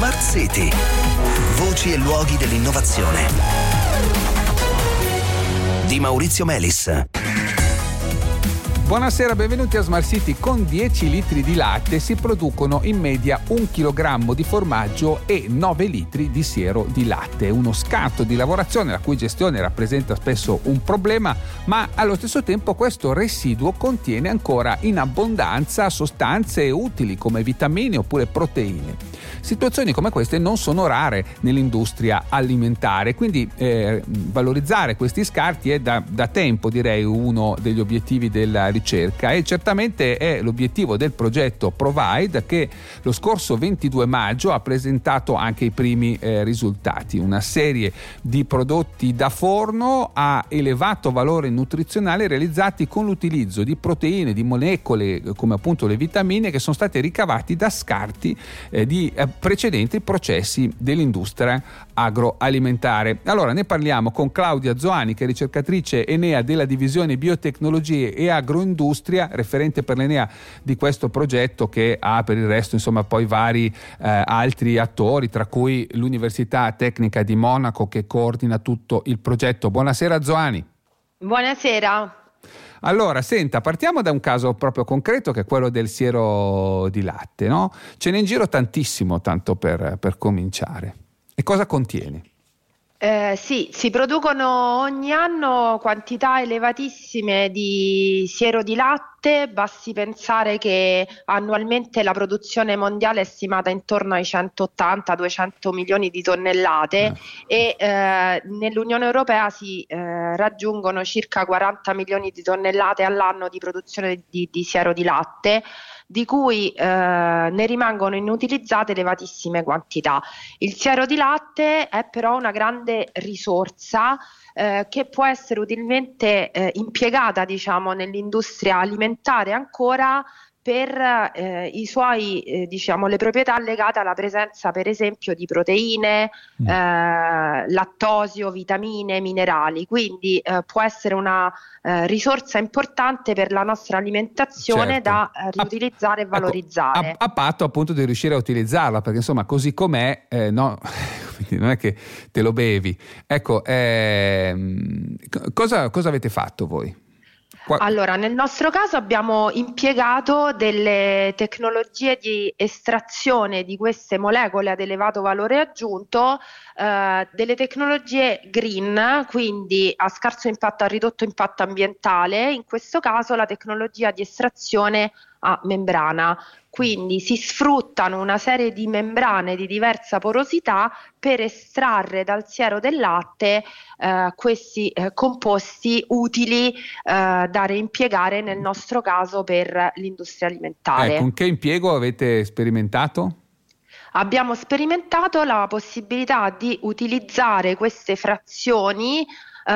Smart City. Voci e luoghi dell'innovazione. Di Maurizio Melis. Buonasera, benvenuti a Smart City. Con 10 litri di latte si producono in media 1 chilogrammo di formaggio e 9 litri di siero di latte. Uno scarto di lavorazione la cui gestione rappresenta spesso un problema, ma allo stesso tempo questo residuo contiene ancora in abbondanza sostanze utili come vitamine oppure proteine. Situazioni come queste non sono rare nell'industria alimentare, quindi valorizzare questi scarti è da tempo, direi, uno degli obiettivi della ricerca, e certamente è l'obiettivo del progetto Provide, che lo scorso 22 maggio ha presentato anche i primi risultati. Una serie di prodotti da forno a elevato valore nutrizionale realizzati con l'utilizzo di proteine, di molecole come appunto le vitamine, che sono stati ricavati da scarti di precedenti processi dell'industria agroalimentare. Allora ne parliamo con Claudia Zoani, che è ricercatrice Enea della divisione biotecnologie e agroindustria, referente per l'Enea di questo progetto, che ha per il resto insomma poi vari altri attori, tra cui l'Università Tecnica di Monaco, che coordina tutto il progetto. Buonasera Zoani. Buonasera. Allora, senta, partiamo da un caso proprio concreto, che è quello del siero di latte, no? Ce n'è in giro tantissimo, tanto per cominciare. E cosa contiene? Sì, si producono ogni anno quantità elevatissime di siero di latte. Basti pensare che annualmente la produzione mondiale è stimata intorno ai 180-200 milioni di tonnellate e nell'Unione Europea si raggiungono circa 40 milioni di tonnellate all'anno di produzione di siero di latte, di cui ne rimangono inutilizzate elevatissime quantità. Il siero di latte è però una grande risorsa che può essere utilmente impiegata, diciamo, nell'industria alimentare ancora per i suoi, diciamo, le proprietà legate alla presenza, per esempio, di proteine, lattosio, vitamine, minerali. Quindi può essere una risorsa importante per la nostra alimentazione, certo, da riutilizzare e valorizzare. A patto appunto di riuscire a utilizzarla, perché insomma così com'è, no, quindi non è che te lo bevi. Ecco, cosa avete fatto voi? Allora, nel nostro caso abbiamo impiegato delle tecnologie di estrazione di queste molecole ad elevato valore aggiunto, delle tecnologie green, quindi a scarso impatto, a ridotto impatto ambientale, in questo caso la tecnologia di estrazione a membrana. Quindi si sfruttano una serie di membrane di diversa porosità per estrarre dal siero del latte questi composti utili da reimpiegare, nel nostro caso per l'industria alimentare. Con che impiego avete sperimentato? Abbiamo sperimentato la possibilità di utilizzare queste frazioni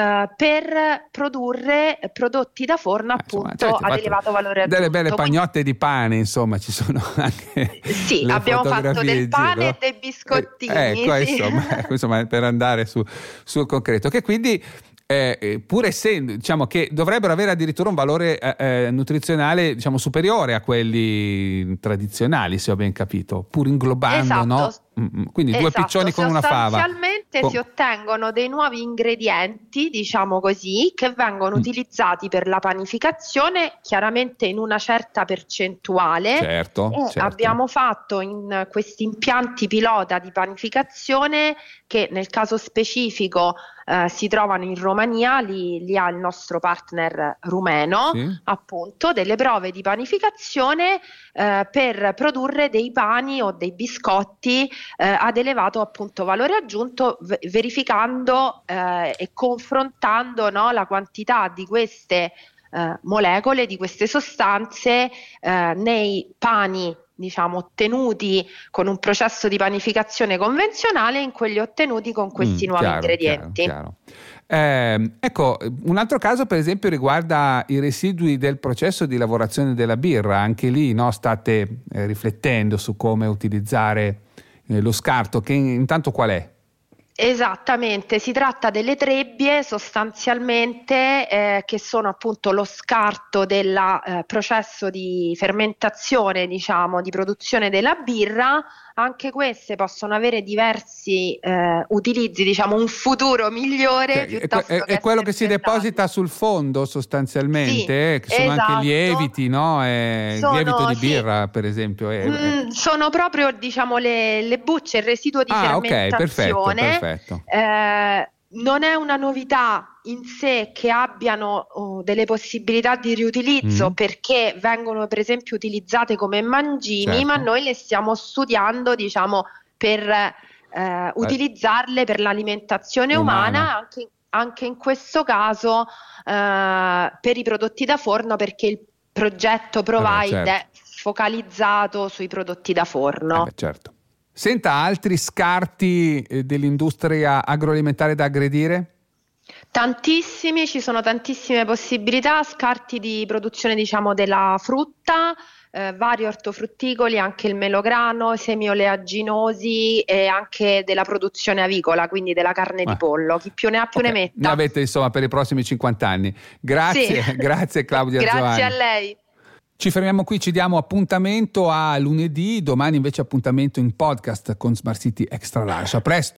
per produrre prodotti da forno, appunto, ad elevato valore aggiunto. Delle belle pagnotte di pane, insomma, ci sono anche sì, abbiamo fatto del pane e dei biscottini. Ecco, insomma, per andare sul concreto, che quindi pur essendo, diciamo, che dovrebbero avere addirittura un valore nutrizionale, diciamo, superiore a quelli tradizionali, se ho ben capito, pur inglobando, esatto, no? Quindi due piccioni con una fava. Sostanzialmente si ottengono dei nuovi ingredienti, diciamo così, che vengono utilizzati per la panificazione, chiaramente in una certa percentuale. Certo. Abbiamo fatto in questi impianti pilota di panificazione, che nel caso specifico si trovano in Romania, li ha il nostro partner rumeno, sì, appunto, delle prove di panificazione per produrre dei pani o dei biscotti ad elevato, appunto, valore aggiunto, verificando e confrontando, no, la quantità di queste molecole, di queste sostanze nei pani, diciamo, ottenuti con un processo di panificazione convenzionale, in quelli ottenuti con questi nuovi ingredienti. Chiaro. Ecco, un altro caso per esempio riguarda i residui del processo di lavorazione della birra. Anche lì, no, state riflettendo su come utilizzare lo scarto, che intanto qual è? Esattamente, si tratta delle trebbie sostanzialmente che sono appunto lo scarto del processo di fermentazione, diciamo, di produzione della birra. anche queste possono avere diversi utilizzi, diciamo un futuro migliore. È quello che si deposita sul fondo sostanzialmente, che sono anche lieviti, no? Il lievito di birra, per esempio. Sono proprio, diciamo, le bucce, il residuo di fermentazione. Ok, perfetto. Non è una novità in sé che abbiano delle possibilità di riutilizzo, perché vengono per esempio utilizzate come mangimi, ma noi le stiamo studiando, diciamo, per utilizzarle per l'alimentazione umana. Anche in questo caso per i prodotti da forno, perché il progetto Provide è focalizzato sui prodotti da forno. Certo. Senta, altri scarti dell'industria agroalimentare da aggredire? Tantissimi, ci sono tantissime possibilità, scarti di produzione, diciamo, della frutta, vari ortofrutticoli, anche il melograno, semi oleaginosi e anche della produzione avicola, quindi della carne di pollo. Chi più ne ha più ne metta. Ne avete insomma per i prossimi 50 anni. Grazie, grazie Claudia Giovanni. Grazie a lei. Ci fermiamo qui, ci diamo appuntamento a lunedì, domani invece appuntamento in podcast con Smart City Extra Large. A presto.